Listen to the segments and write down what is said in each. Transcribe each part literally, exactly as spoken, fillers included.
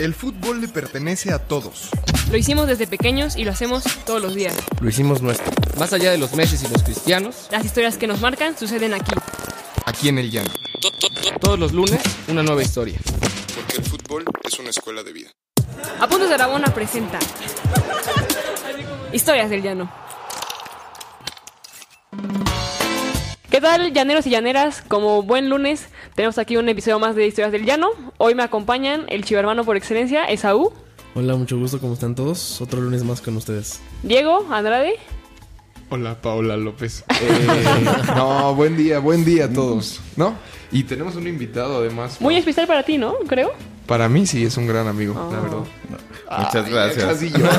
El fútbol le pertenece a todos. Lo hicimos desde pequeños y lo hacemos todos los días. Lo hicimos nuestro. Más allá de los Messi y los Cristianos, las historias que nos marcan suceden aquí. Aquí en el llano. Todos los lunes, una nueva historia. Porque el fútbol es una escuela de vida. Apuntes de Aragona presenta Historias del Llano. ¿Qué tal, llaneros y llaneras? Como buen lunes, tenemos aquí un episodio más de Historias del Llano. Hoy me acompañan el chivermano por excelencia, Esaú. Hola, mucho gusto, ¿cómo están todos? Otro lunes más con ustedes. Diego, Andrade. Hola, Paola López. Eh, no, buen día, buen día a todos, ¿no? Y tenemos un invitado además. Muy especial para ti, ¿no? Creo. Para mí sí, es un gran amigo, oh. la verdad. No. Muchas gracias.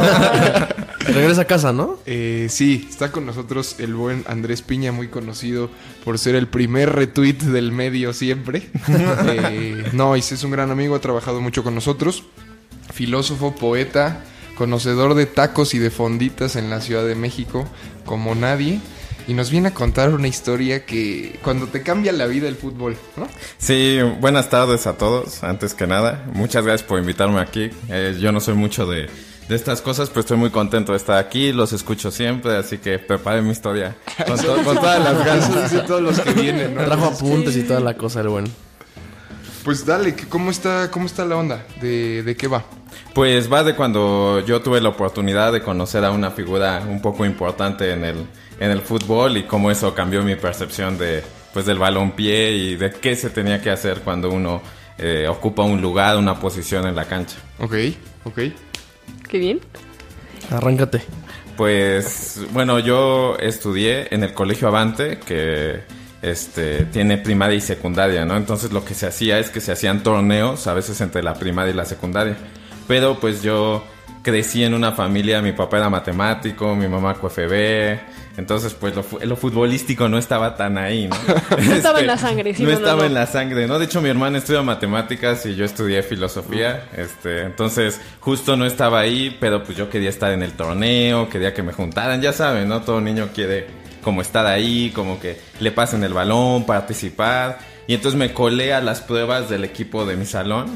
Regresa a casa, ¿no? Eh, sí, está con nosotros el buen Andrés Piña, muy conocido por ser el primer retweet del medio siempre. eh, no, es un gran amigo, ha trabajado mucho con nosotros. Filósofo, poeta, conocedor de tacos y de fonditas en la Ciudad de México, como nadie. Y nos viene a contar una historia que cuando te cambia la vida el fútbol, ¿no? Sí, buenas tardes a todos, antes que nada. Muchas gracias por invitarme aquí. Eh, yo no soy mucho de, de estas cosas, pero estoy muy contento de estar aquí. Los escucho siempre, así que preparen mi historia con, to- con todas las ganas. Eso dicen todos los que vienen, ¿no? Trajo apuntes y toda la cosa, el bueno. Pues dale, ¿cómo está, cómo está la onda? ¿De, de qué va? Pues va de cuando yo tuve la oportunidad de conocer a una figura un poco importante en el, en el fútbol y cómo eso cambió mi percepción de, pues, del balompié y de qué se tenía que hacer cuando uno eh, ocupa un lugar, una posición en la cancha. Ok, ok. Qué bien. Arráncate. Pues, bueno, yo estudié en el Colegio Avante, que este tiene primaria y secundaria, ¿no? Entonces lo que se hacía es que se hacían torneos, a veces entre la primaria y la secundaria. Pero pues yo crecí en una familia, mi papá era matemático, mi mamá Q F B, entonces pues lo, lo futbolístico no estaba tan ahí, ¿no? No estaba en la sangre, sí. No, no estaba no, no. en la sangre, ¿no? De hecho mi hermana estudia matemáticas y yo estudié filosofía, este, entonces justo no estaba ahí, pero pues yo quería estar en el torneo, quería que me juntaran, ya saben, ¿no? Todo niño quiere como estar ahí, como que le pasen el balón, participar, y entonces me colé a las pruebas del equipo de mi salón.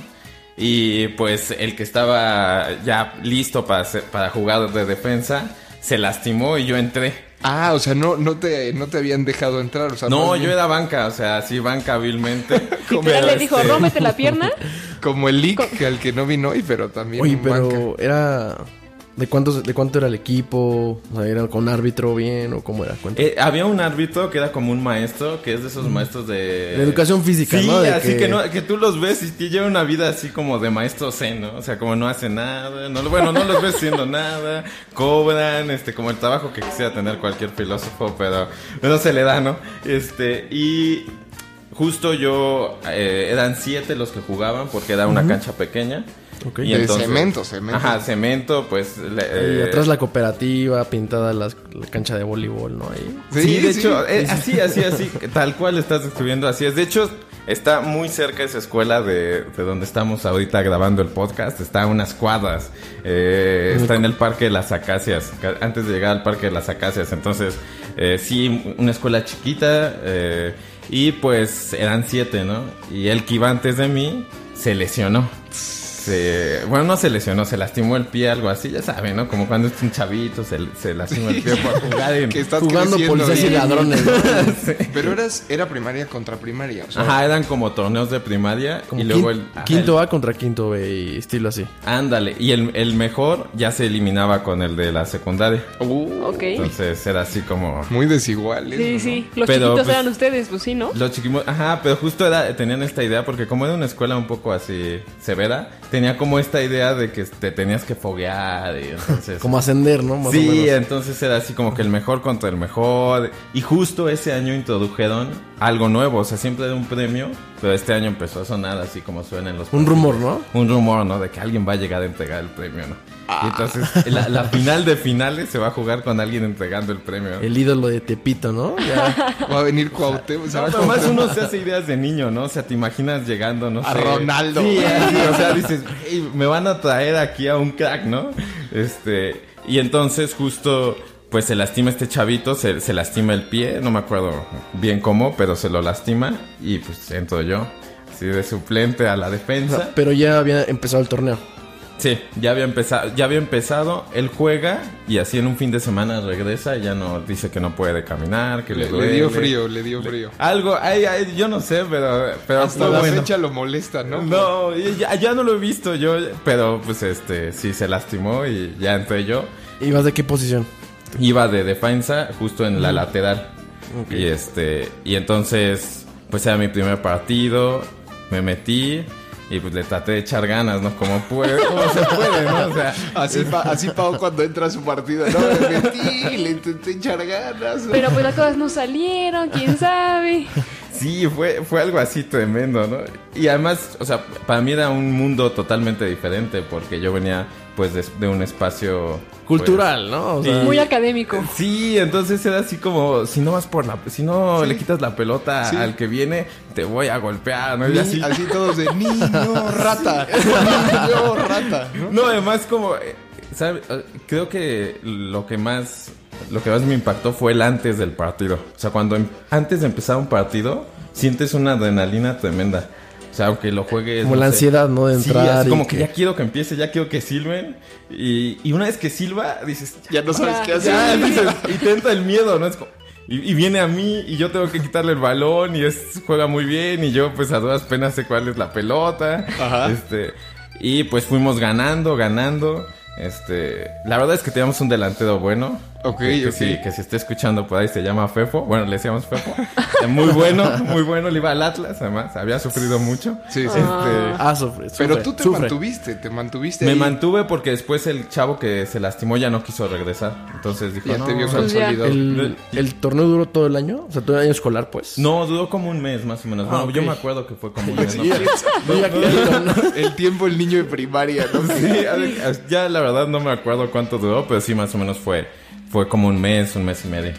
Y pues el que estaba ya listo para, hacer, para jugar de defensa se lastimó y yo entré. Ah, o sea, no, no, te, no te habían dejado entrar. O sea, no, bien... yo era banca, o sea, sí, banca hábilmente. Literal le dijo, este... rómpete la pierna. Como el Lick, que al que no vino hoy, pero también Oye, pero banca. Era... ¿De cuántos, de cuánto era el equipo? O sea, ¿era con árbitro bien o cómo era? Eh, había un árbitro que era como un maestro, que es de esos mm. maestros de... De educación física, sí, ¿no? Sí, de así que... que, no, que tú los ves y te lleva una vida así como de maestro zen, ¿no? O sea, como no hace nada, no, bueno, no los ves haciendo nada, cobran, este, como el trabajo que quisiera tener cualquier filósofo, pero no se le da, ¿no? Este, y justo yo, eh, eran siete los que jugaban porque era una uh-huh. cancha pequeña. Okay. Y de entonces, cemento, cemento. Ajá, cemento, pues... Eh, y atrás la cooperativa, pintada las, la cancha de voleibol, ¿no? Ahí. Sí, sí de sí. hecho, eh, así, así, así, tal cual estás describiendo, así es. De hecho, está muy cerca esa escuela de, de donde estamos ahorita grabando el podcast. Está a unas cuadras. Eh, está en el Parque de las Acacias, antes de llegar al Parque de las Acacias. Entonces, eh, sí, una escuela chiquita. Eh, y pues eran siete, ¿no? Y el que iba antes de mí se lesionó. Se, bueno, no se lesionó, se lastimó el pie, algo así, ya saben, ¿no? Como cuando es un chavito, se, se lastima el pie por jugar en, que estás jugando policías y ladrones, ¿no? Sí. Pero eras, era primaria contra primaria, o sea, ajá, eran como torneos de primaria y luego el... Quinto A contra quinto B y estilo así. Ándale, y el, el mejor ya se eliminaba con el de la secundaria. Uh, ok. Entonces era así como... Muy desiguales. Sí, ¿no? sí, los pero, chiquitos pues, eran ustedes, pues sí, ¿no? Los chiquitos, ajá, pero justo era, tenían esta idea porque como era una escuela un poco así severa, tenía como esta idea de que te tenías que foguear y entonces... como ascender, ¿no? Más sí, o menos. Entonces era así como que el mejor contra el mejor. Y justo ese año introdujeron algo nuevo, o sea, siempre era un premio, pero este año empezó a sonar así como suena en los... Un rumor, ¿no? Un rumor, ¿no? De que alguien va a llegar a entregar el premio, ¿no? Ah. Y entonces la, la final de finales se va a jugar con alguien entregando el premio, ¿no? El ídolo de Tepito, ¿no? Ya. Va a venir Cuauhtémoc. No, pero más uno se hace ideas de niño, ¿no? O sea, te imaginas llegando, no a sé... A Ronaldo. Sí, así, o sea, dices, hey, me van a traer aquí a un crack, ¿no? Este... Y entonces justo... Pues se lastima este chavito, se, se lastima el pie, no me acuerdo bien cómo, pero se lo lastima y pues entro yo, así de suplente a la defensa. No, pero ya había empezado el torneo. Sí, ya había empezado, ya había empezado, él juega y así en un fin de semana regresa y ya no dice que no puede caminar, que le, Le, duele. le dio frío, le dio frío. Algo, ay, ay, yo no sé, pero, pero Hasta muy la bueno. fecha lo molesta, ¿no? No, ya, ya no lo he visto yo, pero pues este, sí se lastimó y ya entré yo. ¿Y vas de qué posición? Iba de defensa justo en la Mm. lateral. Ok. Y este, y entonces, pues era mi primer partido, me metí y pues le traté de echar ganas, ¿no? Como puede, como se puede, ¿no? O sea, Así, pa, así Pau cuando entra a su partida, ¿no? Me metí, le intenté echar ganas. Pero pues las cosas no salieron, quién sabe. sí, fue, fue algo así tremendo, ¿no? Y además, o sea, para mí era un mundo totalmente diferente porque yo venía, pues, de, de un espacio... Cultural, ¿no? O sea, Muy académico. Sí, entonces era así como, si no vas por la... Si no Sí. le quitas la pelota Sí. al que viene, te voy a golpear, ¿no? Y Ni- así... así todos de niño rata, niño rata, ¿no? No, además como... eh, ¿sabe? Eh, Creo que lo que más... Lo que más me impactó fue el antes del partido. O sea, cuando em- antes de empezar un partido, sientes una adrenalina tremenda. O sea, aunque lo juegues... como no la sé. ansiedad, ¿no? De Sí, entrar. así y como que ya quiero que empiece, ya quiero que silben. Y, y una vez que silba, dices... Ya no sabes Ya, qué hacer. Ya, dices, y te entra el miedo, ¿no? Es como... Y, y viene a mí y yo tengo que quitarle el balón y es, juega muy bien y yo pues a duras penas sé cuál es la pelota. Ajá. Este, y pues fuimos ganando, ganando. Este, la verdad es que teníamos un delantero bueno. Ok, que, que ok. si, que si está escuchando por ahí se llama Fefo. Bueno, le decíamos Fefo. Eh, muy bueno, muy bueno. Le iba al Atlas, además. Había sufrido mucho. Sí, sí. Este, Ah, sufre, Pero sufre, tú te sufre. mantuviste, te mantuviste me ahí. mantuve porque después el chavo que se lastimó ya no quiso regresar. Entonces dijo, Ya no, te vio o sea, Pues ya. consolidado. ¿El, ¿El torneo duró todo el año? O sea, todo el año escolar, pues. No, duró como un mes más o menos. Ah, Bueno, ok. yo me acuerdo que fue como un mes. ¿no? Sí, no, ya que el torneo- El tiempo el niño de primaria, ¿no? Sí, ya la verdad no me acuerdo cuánto duró, pero sí más o menos fue, fue como un mes, un mes y medio.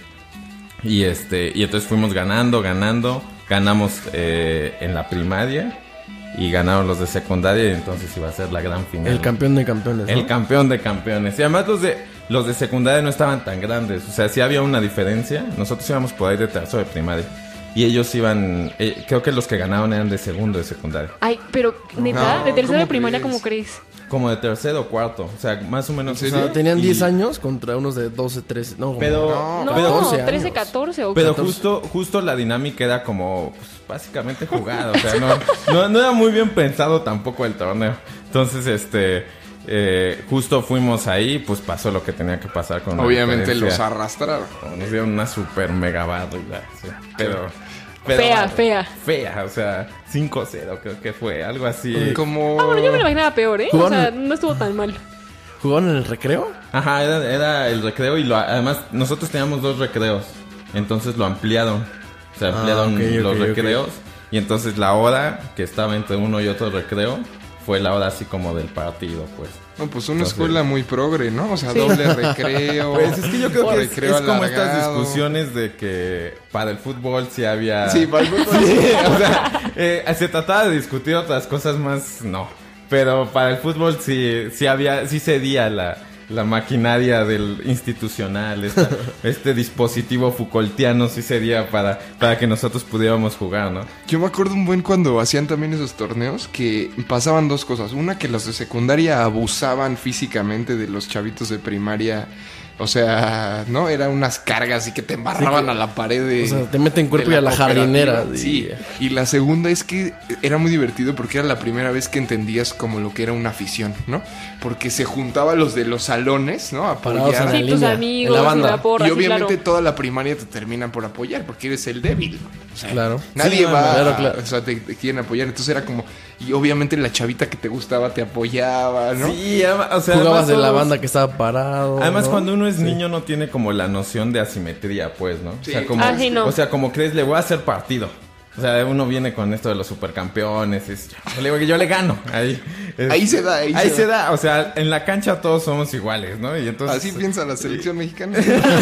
Y este, y entonces fuimos ganando, ganando, ganamos eh, en la primaria y ganaron los de secundaria y entonces iba a ser la gran final. El campeón de campeones, ¿no? El campeón de campeones. Y además los de los de secundaria no estaban tan grandes, o sea, sí había una diferencia. Nosotros íbamos por ahí de tercero de primaria y ellos iban, eh, creo que los que ganaron eran de segundo de secundaria. Ay, pero neta, No, de tercero ¿cómo de primaria, crees? ¿cómo crees? Como de tercero o cuarto, o sea, más o menos. ¿En O sea, serio? tenían Y- diez años contra unos de doce, trece. No, como- Pero, No, No, pero, catorce trece, años. catorce o pero catorce. justo, justo la dinámica era como, pues, básicamente jugar, o sea, no, no, no era muy bien pensado tampoco el torneo. Entonces, este, eh, justo fuimos ahí, pues pasó lo que tenía que pasar con la Obviamente los diferencia. arrastraron. Nos dieron una super mega barrida, sí, pero, pero... Fea, fea. Fea, o sea, cinco cero creo que fue, algo así. Como... Ah, bueno, yo me lo imaginaba peor, ¿eh? O Jugaron- sea, no estuvo tan mal. ¿Jugaron en el recreo? Ajá, era, era el recreo y lo, además nosotros teníamos dos recreos, entonces lo ampliaron, o sea, Ah, ampliaron ok, los ok, ok. recreos y entonces la hora que estaba entre uno y otro recreo fue la hora así como del partido, pues. No, pues una Entonces- escuela muy progre, ¿no? O sea, Sí. doble recreo. Pues es que yo creo que es, recreo es como estas alargado. discusiones de que para el fútbol sí había... Sí, para el fútbol. Sí, o sea, eh, se trataba de discutir otras cosas más, no. Pero para el fútbol sí, sí había, sí cedía la, la maquinaria del institucional, esta- este dispositivo Foucaultiano sí cedía para, para que nosotros pudiéramos jugar, ¿no? Yo me acuerdo un buen cuando hacían también esos torneos que pasaban dos cosas. Una, que los de secundaria abusaban físicamente de los chavitos de primaria. O sea, ¿no? Eran unas cargas y que te embarraban Sí, que- a la pared de... O sea, te meten cuerpo de y a la cooperativa. jardinera. Sí. y- Y la segunda es que era muy divertido porque era la primera vez que entendías como lo que era una afición, ¿no? Porque se juntaba los de los salones, ¿no? A Parados en apoyar. la Sí, tus línea, amigos, en la banda. y la porra, Y sí, obviamente claro. toda la primaria te terminan por apoyar porque eres el débil. O sea, Claro. nadie Sí, va, claro, claro. o sea, te, te quieren apoyar. Entonces era como, y obviamente la chavita que te gustaba te apoyaba, ¿no? Sí, ama- o sea, Jugabas además de la todos- banda que estaba parado. Además, ¿no? cuando uno es niño no tiene como la noción de asimetría, pues, ¿no? Sí. O sea, como, Ah, sí, no. o sea, como crees, le voy a hacer partido. O sea, uno viene con esto de los supercampeones. Y es, yo, le digo que yo le gano. Ahí, es- Ahí se da, ahí ahí se se da. O sea, en la cancha todos somos iguales, ¿no? Y entonces. Así piensa la selección mexicana.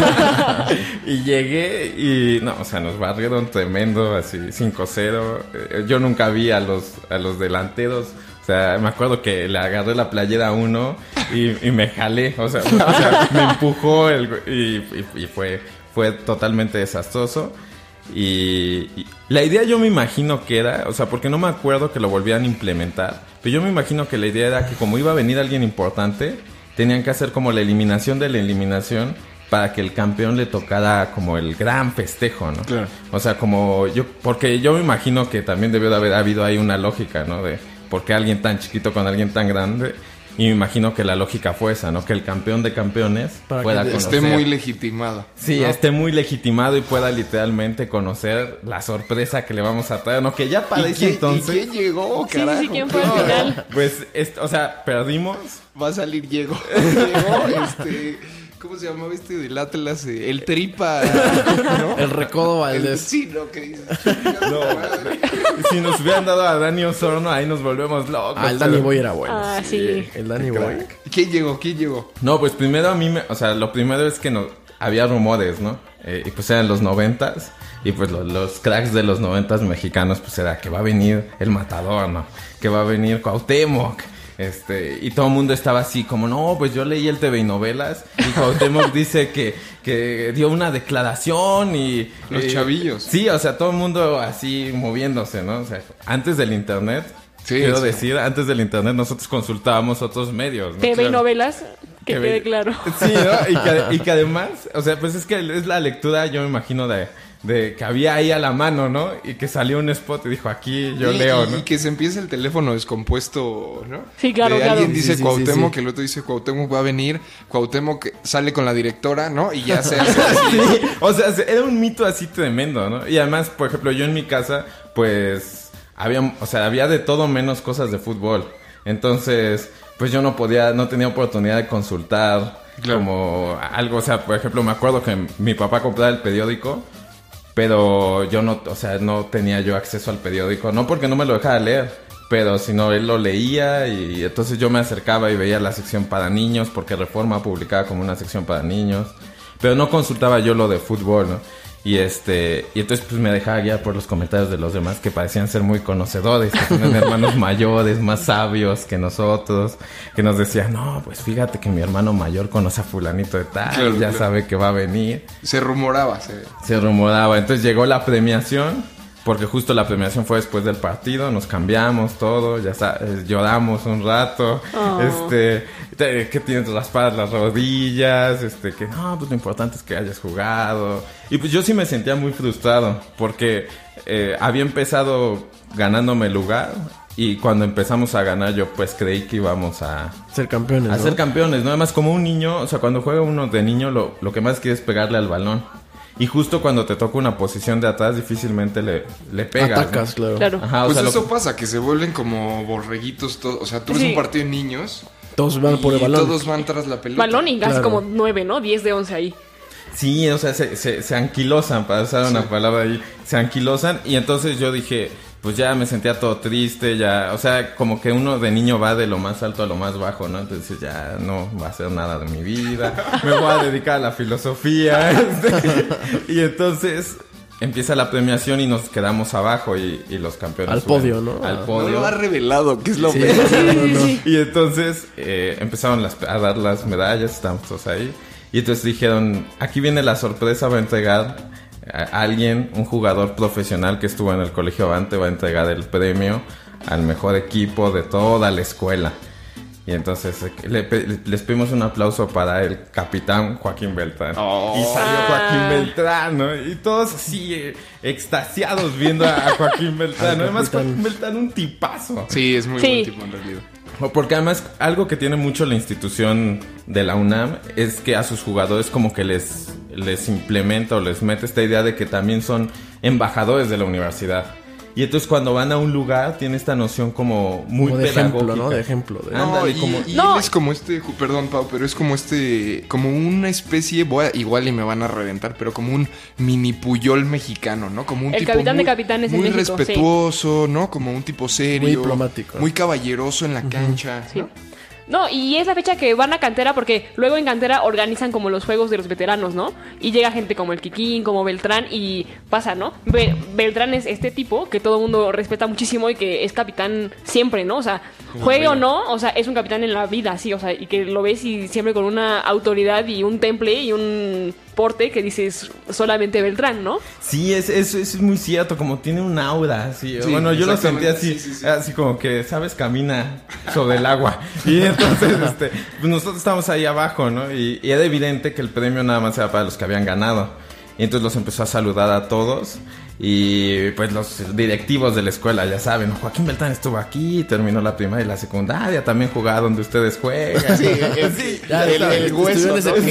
Y llegué y no, o sea, nos barrieron tremendo, así cinco cero. Eh, Yo nunca vi a los, a los delanteros. O sea, me acuerdo que le agarré la playera a uno y, y me jalé. O sea, o sea, me empujó el, güey, y, y, y fue, fue totalmente desastroso. Y, y la idea yo me imagino que era, o sea, porque no me acuerdo que lo volvieran a implementar. Pero yo me imagino que la idea era que como iba a venir alguien importante, tenían que hacer como la eliminación de la eliminación para que el campeón le tocara como el gran festejo, ¿no? Claro. O sea, como yo, porque yo me imagino que también debió de haber habido ahí una lógica, ¿no? De por qué alguien tan chiquito con alguien tan grande. Y me imagino que la lógica fue esa, ¿no? Que el campeón de campeones Para pueda que conocer. Esté muy legitimado. Sí, ¿no? esté muy legitimado y pueda literalmente conocer la sorpresa que le vamos a traer, ¿no? Que ya para ¿Y ese quién, entonces... ¿Y quién llegó, Sí, carajo? sí, sí, ¿quién fue al final? Pues, est- o sea, perdimos. Va a salir llegó. Llegó, este... ¿Cómo se llamaba este del Atlas? Eh, El Tripa, ¿no? El Recodo El, Valdés. sí, no, que dices. No, si nos hubieran dado a Dani Osorno, ahí nos volvemos locos. Ah, el Danny Boy era bueno. Ah, sí. El Danny Boy. ¿Quién llegó? ¿Quién llegó? No, pues primero a mí, me, o sea, lo primero es que no, había rumores, ¿no? Eh, y pues eran los noventas. Y pues lo- los cracks de los noventas mexicanos, pues era que va a venir el Matador, ¿no? Que va a venir Cuauhtémoc. Este, y todo el mundo estaba así como, no, pues yo leí el T V y novelas y Cuauhtémoc dice que, que dio una declaración y... Los eh, chavillos. Sí, o sea, todo el mundo así moviéndose, ¿no? O sea, antes del internet, Sí, quiero sí. decir, antes del internet nosotros consultábamos otros medios, ¿no? T V y Claro. novelas, que Que quede ve- claro. Sí, ¿no? Y que, y que además, o sea, pues es que es la lectura, yo me imagino, de, de que había ahí a la mano, ¿no? Y que salió un spot y dijo, aquí yo y, leo, y- ¿no? y que se empieza el teléfono descompuesto, ¿no? Sí, claro, De claro. Alguien dice Sí, sí, sí, Cuauhtémoc, sí. que el otro dice Cuauhtémoc va a venir, Cuauhtémoc sale con la directora, ¿no? Y ya se hace así. Sí, o sea, se- era un mito así tremendo, ¿no? Y además, por ejemplo, yo en mi casa, pues, había, o sea, había de todo menos cosas de fútbol. Entonces, pues yo no podía, no tenía oportunidad de consultar Claro. como algo, o sea, por ejemplo, me acuerdo que mi papá compraba el periódico, pero yo no, o sea, no tenía yo acceso al periódico, no porque no me lo dejara leer, pero sino él lo leía y entonces yo me acercaba y veía la sección para niños, porque Reforma publicaba como una sección para niños, pero no consultaba yo lo de fútbol, ¿no? Y este, y entonces pues me dejaba guiar por los comentarios de los demás que parecían ser muy conocedores, que tienen hermanos mayores, más sabios que nosotros, que nos decían, no, pues fíjate que mi hermano mayor conoce a fulanito de tal, Claro, ya claro. sabe que va a venir. Se rumoraba. Se... Se rumoraba. Entonces llegó la premiación, porque justo la premiación fue después del partido, nos cambiamos todo, ya sabes, lloramos un rato, Oh. este, te- que tienes raspadas las rodillas, este, que no, pues lo importante es que hayas jugado. Y pues yo sí me sentía muy frustrado, porque eh, había empezado ganándome el lugar, y cuando empezamos a ganar yo pues creí que íbamos a... Ser campeones, A ¿no? ser campeones, ¿no? Además, como un niño, o sea, cuando juega uno de niño, lo, lo que más quiere es pegarle al balón. Y justo cuando te toca una posición de atrás, difícilmente le, le pegas. Atacas, ¿no? claro. Claro. Ajá, o Pues sea, lo- eso pasa, que se vuelven como borreguitos todos. O sea, tú ves Sí. un partido de niños Todos van por el y balón. todos van tras la pelota. Balón y casi Claro. como nueve, ¿no? Diez de once ahí. Sí, o sea, se, se, se anquilosan, para usar una palabra ahí, se anquilosan. Y entonces yo dije, pues ya me sentía todo triste, ya, o sea, como que uno de niño va de lo más alto a lo más bajo, ¿no? Entonces ya no va a ser nada de mi vida, me voy a dedicar a la filosofía. este. Y entonces empieza la premiación y nos quedamos abajo y, y los campeones Al suben podio, ¿no? Al Ah. No podio. lo ha revelado, que es lo Sí, peor. no, no, no. Y entonces eh, empezaron las- a dar las medallas, estábamos todos ahí. Y entonces dijeron, aquí viene la sorpresa, va a entregar a alguien, un jugador profesional que estuvo en el Colegio Avante, va a entregar el premio al mejor equipo de toda la escuela. Y entonces eh, le pe- les pedimos un aplauso para el capitán Joaquín Beltrán. Oh. Y salió Ah. Joaquín Beltrán, ¿no? Y todos así eh, extasiados viendo a, a Joaquín Beltrán. Al ¿no? Además, capitán. Joaquín Beltrán un tipazo. Sí, es muy Sí. buen tipo en realidad. O Porque además algo que tiene mucho la institución de la UNAM es que a sus jugadores como que les, les implementa o les mete esta idea de que también son embajadores de la universidad. Y entonces cuando van a un lugar tiene esta noción como muy Como de pedagógica. ejemplo, ¿no? De ejemplo. De... Ah. Ándale, no, y, como- y No. él es como este, ju- perdón Pau, pero es como este, como una especie, voy a- igual y me van a reventar, pero como un mini Puyol mexicano, ¿no? Como un El tipo capitán muy, de capitanes en muy México, sí. respetuoso, ¿no? Como un tipo serio, Muy diplomático. muy caballeroso en la cancha, Sí. ¿no? No, y es la fecha que van a Cantera porque luego en Cantera organizan como los juegos de los veteranos, ¿no? Y llega gente como el Kikín, como Beltrán y pasa, ¿no? Be- Beltrán es este tipo que todo el mundo respeta muchísimo y que es capitán siempre, ¿no? O sea, juegue o no, o sea, es un capitán en la vida, sí, o sea, y que lo ves y siempre con una autoridad y un temple y un porte que dices solamente Beltrán, ¿no? Sí, es, es, es muy cierto, como tiene un aura, así. Sí, bueno, yo lo sentí así, sí, sí, sí. así como que, ¿sabes? Camina sobre el agua. Y entonces, este, pues nosotros estábamos ahí abajo, ¿no? Y, y era evidente que el premio nada más era para los que habían ganado. Y entonces los empezó a saludar a todos. Y pues los directivos de la escuela, ya saben, Joaquín Beltrán estuvo aquí, terminó la primaria y la secundaria, también jugaba donde ustedes juegan. Sí, sí, Ya, el, ya, el hueso, estuvieron ¿no?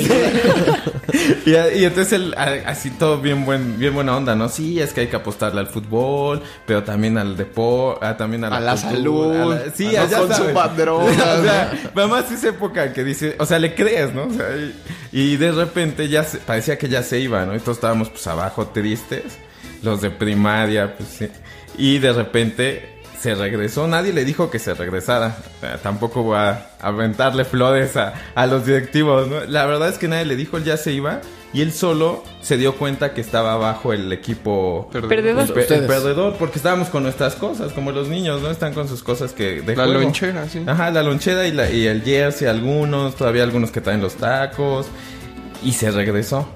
ese- Y, y entonces él, a- así todo bien buen bien buena onda, ¿no? Sí, es que hay que apostarle al fútbol, pero también al deporte, también a la, A la cultura, salud, a la- sí, a no ya consuman sabes. drogas, O sea, además esa época que dice, o sea, le crees, ¿no? O sea, y, y de repente ya se, parecía que ya se iba, ¿no? Y todos estábamos pues abajo tristes, los de primaria, pues sí. Y de repente se regresó, nadie le dijo que se regresara. O sea, tampoco voy a aventarle flores a, a los directivos, ¿no? La verdad es que nadie le dijo, él ya se iba. Y él solo se dio cuenta que estaba abajo el equipo Perdedor. el, pe- el Ustedes. perdedor, porque estábamos con nuestras cosas, como los niños, ¿no? Están con sus cosas que de La juego. lonchera, sí. Ajá, la lonchera y, la, y el jersey, algunos, todavía algunos que traen los tacos. Y se regresó.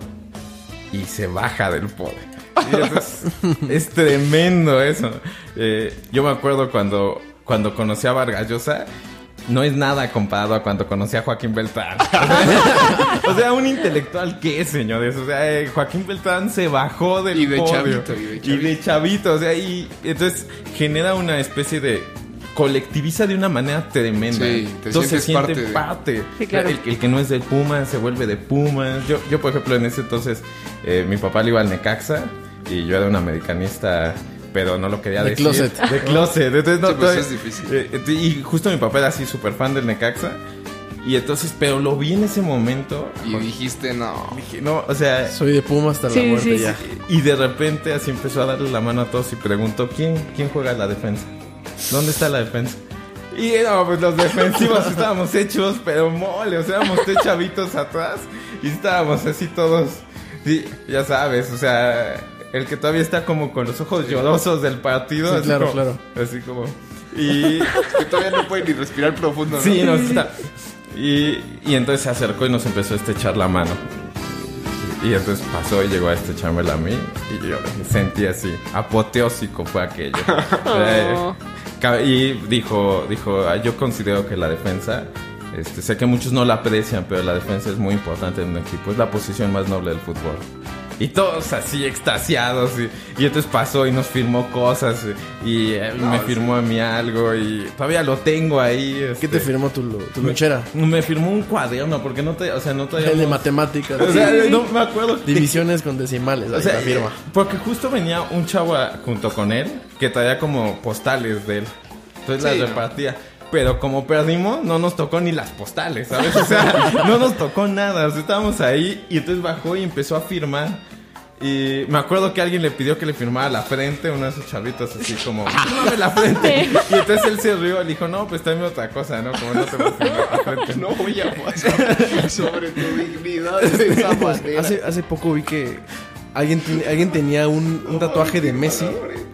Y se baja del poder. Y es, es tremendo eso. Eh, yo me acuerdo cuando, cuando conocí a Vargas Llosa. No es nada comparado a cuando conocí a Joaquín Beltrán. O sea, o sea, un intelectual, ¿qué, señores? O sea, eh, Joaquín Beltrán se bajó del Y de podio. chavito, y de Y de chavito, o sea, y entonces genera una especie de... colectiviza de una manera tremenda. Sí, te Entonces se sientes siente parte de- parte. Sí, claro. el, el que no es de Pumas se vuelve de Pumas. Yo, yo por ejemplo, en ese entonces, eh, mi papá le iba al Necaxa y yo era un americanista, pero no lo quería De decir. closet. De closet. Entonces, no, Sí, pues, todavía- es difícil. eh, eh, y justo mi papá era así súper fan del Necaxa. Y entonces, pero lo vi en ese momento. Y dijiste, no. Dije, no, o sea, Soy de Puma hasta Sí, la muerte sí, ya. y de repente así empezó a darle la mano a todos y preguntó, ¿quién, quién juega la defensa? ¿Dónde está la defensa? Y no, pues los defensivos estábamos hechos, pero mole, o sea, éramos tres chavitos atrás y estábamos así todos, sí, ya sabes, o sea, el que todavía está como con los ojos llorosos del partido. Sí, así claro, como- claro. Así como... Y... Que todavía no puede ni respirar profundo, ¿no? Sí, no, está. Y, y entonces se acercó y nos empezó a estrechar la mano. Y entonces pasó y llegó a estrechármela a mí. Y yo me sentí así, apoteósico fue aquello. Eh, ca- y dijo, dijo, "Ah, yo considero que la defensa, este, sé que muchos no la aprecian, pero la defensa es muy importante en un equipo. Es la posición más noble del fútbol. Y todos así extasiados. Y, y entonces pasó y nos firmó cosas. Y eh, me firmó a mí algo. Y todavía lo tengo ahí. ¿Qué este, te firmó tu, tu lonchera? Me firmó un cuaderno porque no te, o sea, no te El de matemáticas. O sea, no me acuerdo. que- Divisiones con decimales. o Ahí sea, la firma. porque justo venía un chavo a- junto con él que traía como postales de él. Entonces Sí, las ¿no? repartía. Pero como perdimos, no nos tocó ni las postales, ¿sabes? O sea, no nos tocó nada. O sea, estábamos ahí y entonces bajó y empezó a firmar. Y me acuerdo que alguien le pidió que le firmara la frente, uno de esos chavitos así como, fírmame la frente. Y entonces él se rió, le dijo, no, pues tráeme otra cosa, ¿no? Como no te voy a firmar la frente. No voy a pasar sobre tu dignidad de esa manera. Hace, hace poco vi que alguien, tiene- alguien tenía un, un tatuaje de Messi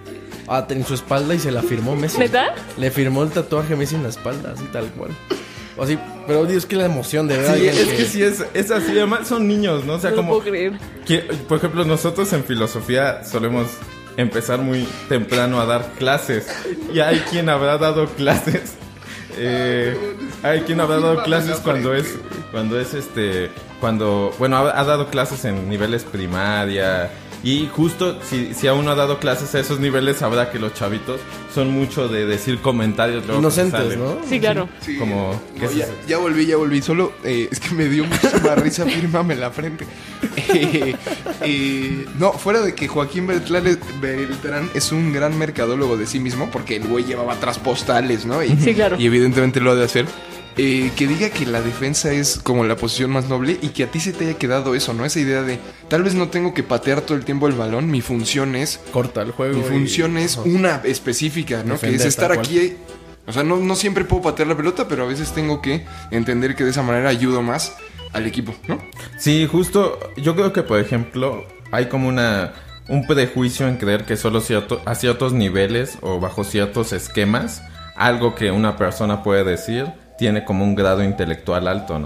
ah, en su espalda y se la firmó Messi. ¿Neta? Le firmó el tatuaje Messi en la espalda, así tal cual. O así, pero Dios, que la emoción de ver a Sí, alguien es que sí, es, es así. Además, son niños, ¿no? O sea, No lo como... puedo creer. que, por ejemplo, nosotros en filosofía solemos empezar muy temprano a dar clases. Y hay quien habrá dado clases. Eh, hay quien habrá dado clases cuando es... Cuando es este... Cuando... Bueno, ha, ha dado clases en niveles primaria... Y justo si, si aún no ha dado clases a esos niveles, sabrá que los chavitos son mucho de decir comentarios luego que se Inocentes, salen. ¿no? Sí, claro. Sí. Como, ¿qué No, es ya, eso? ya volví, ya volví. Solo eh, es que me dio muchísima risa. Fírmame la frente. Eh, eh, no, fuera de que Joaquín Beltrán, Beltrán es un gran mercadólogo de sí mismo, porque el güey llevaba atrás postales, ¿no? Y, Sí, claro. y evidentemente lo ha de hacer. Eh, que diga que la defensa es como la posición más noble y que a ti se te haya quedado eso, ¿no? Esa idea de tal vez no tengo que patear todo el tiempo el balón, mi función es Corta el juego. mi y- función es Ajá. una específica, ¿no? Defender, que es estar tal cual. aquí. O sea, no, no siempre puedo patear la pelota, pero a veces tengo que entender que de esa manera ayudo más al equipo, ¿no? Sí, justo, yo creo que por ejemplo hay como una un prejuicio en creer que solo cierto, a ciertos niveles o bajo ciertos esquemas, algo que una persona puede decir tiene como un grado intelectual alto, ¿no?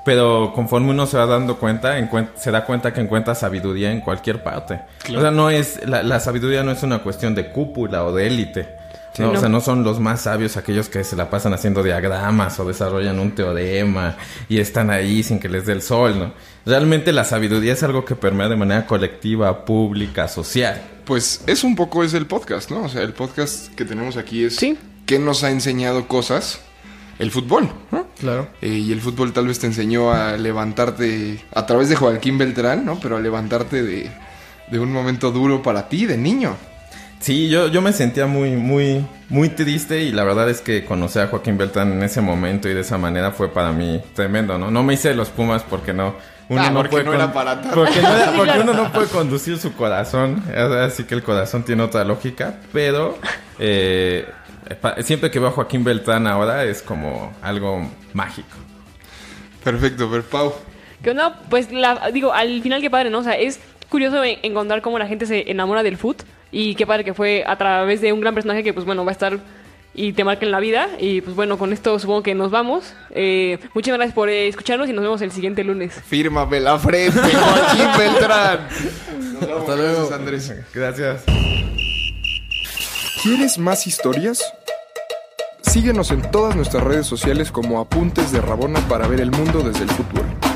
Pero conforme uno se va dando cuenta, encuen- se da cuenta que encuentra sabiduría en cualquier parte. Claro. O sea, no es la, la sabiduría no es una cuestión de cúpula o de élite. No, no. O sea, no son los más sabios aquellos que se la pasan haciendo diagramas o desarrollan un teorema y están ahí sin que les dé el sol, ¿no? Realmente la sabiduría es algo que permea de manera colectiva, pública, social. Pues es un poco es el podcast, ¿no? O sea, el podcast que tenemos aquí es Sí. ¿qué nos ha enseñado cosas? El fútbol, ¿no? Claro. Eh, y el fútbol tal vez te enseñó a levantarte a través de Joaquín Beltrán, ¿no? Pero a levantarte de, de un momento duro para ti, de niño. Sí, yo, yo me sentía muy, muy, muy triste y la verdad es que conocer a Joaquín Beltrán en ese momento y de esa manera fue para mí tremendo, ¿no? No me hice de los Pumas porque no... Uno Ah, no porque puede no con- era para tanto. Porque, no era- Sí, porque claro. uno no puede conducir su corazón, así que el corazón tiene otra lógica, pero eh, pa- siempre que veo a Joaquín Beltrán ahora es como algo mágico. Perfecto, pero Pau. Que no, pues la, digo, al final qué padre, ¿no? O sea, es curioso en- encontrar cómo la gente se enamora del foot y qué padre que fue a través de un gran personaje que pues bueno, va a estar y te marca en la vida. Y pues bueno, con esto supongo que nos vamos. Eh, muchas gracias por eh, escucharnos y nos vemos el siguiente lunes. Fírmame la frente, Joaquín Beltrán. Nos vemos. Hasta luego. Gracias, Andrés. Gracias. ¿Quieres más historias? Síguenos en todas nuestras redes sociales como Apuntes de Rabona para ver el mundo desde el fútbol.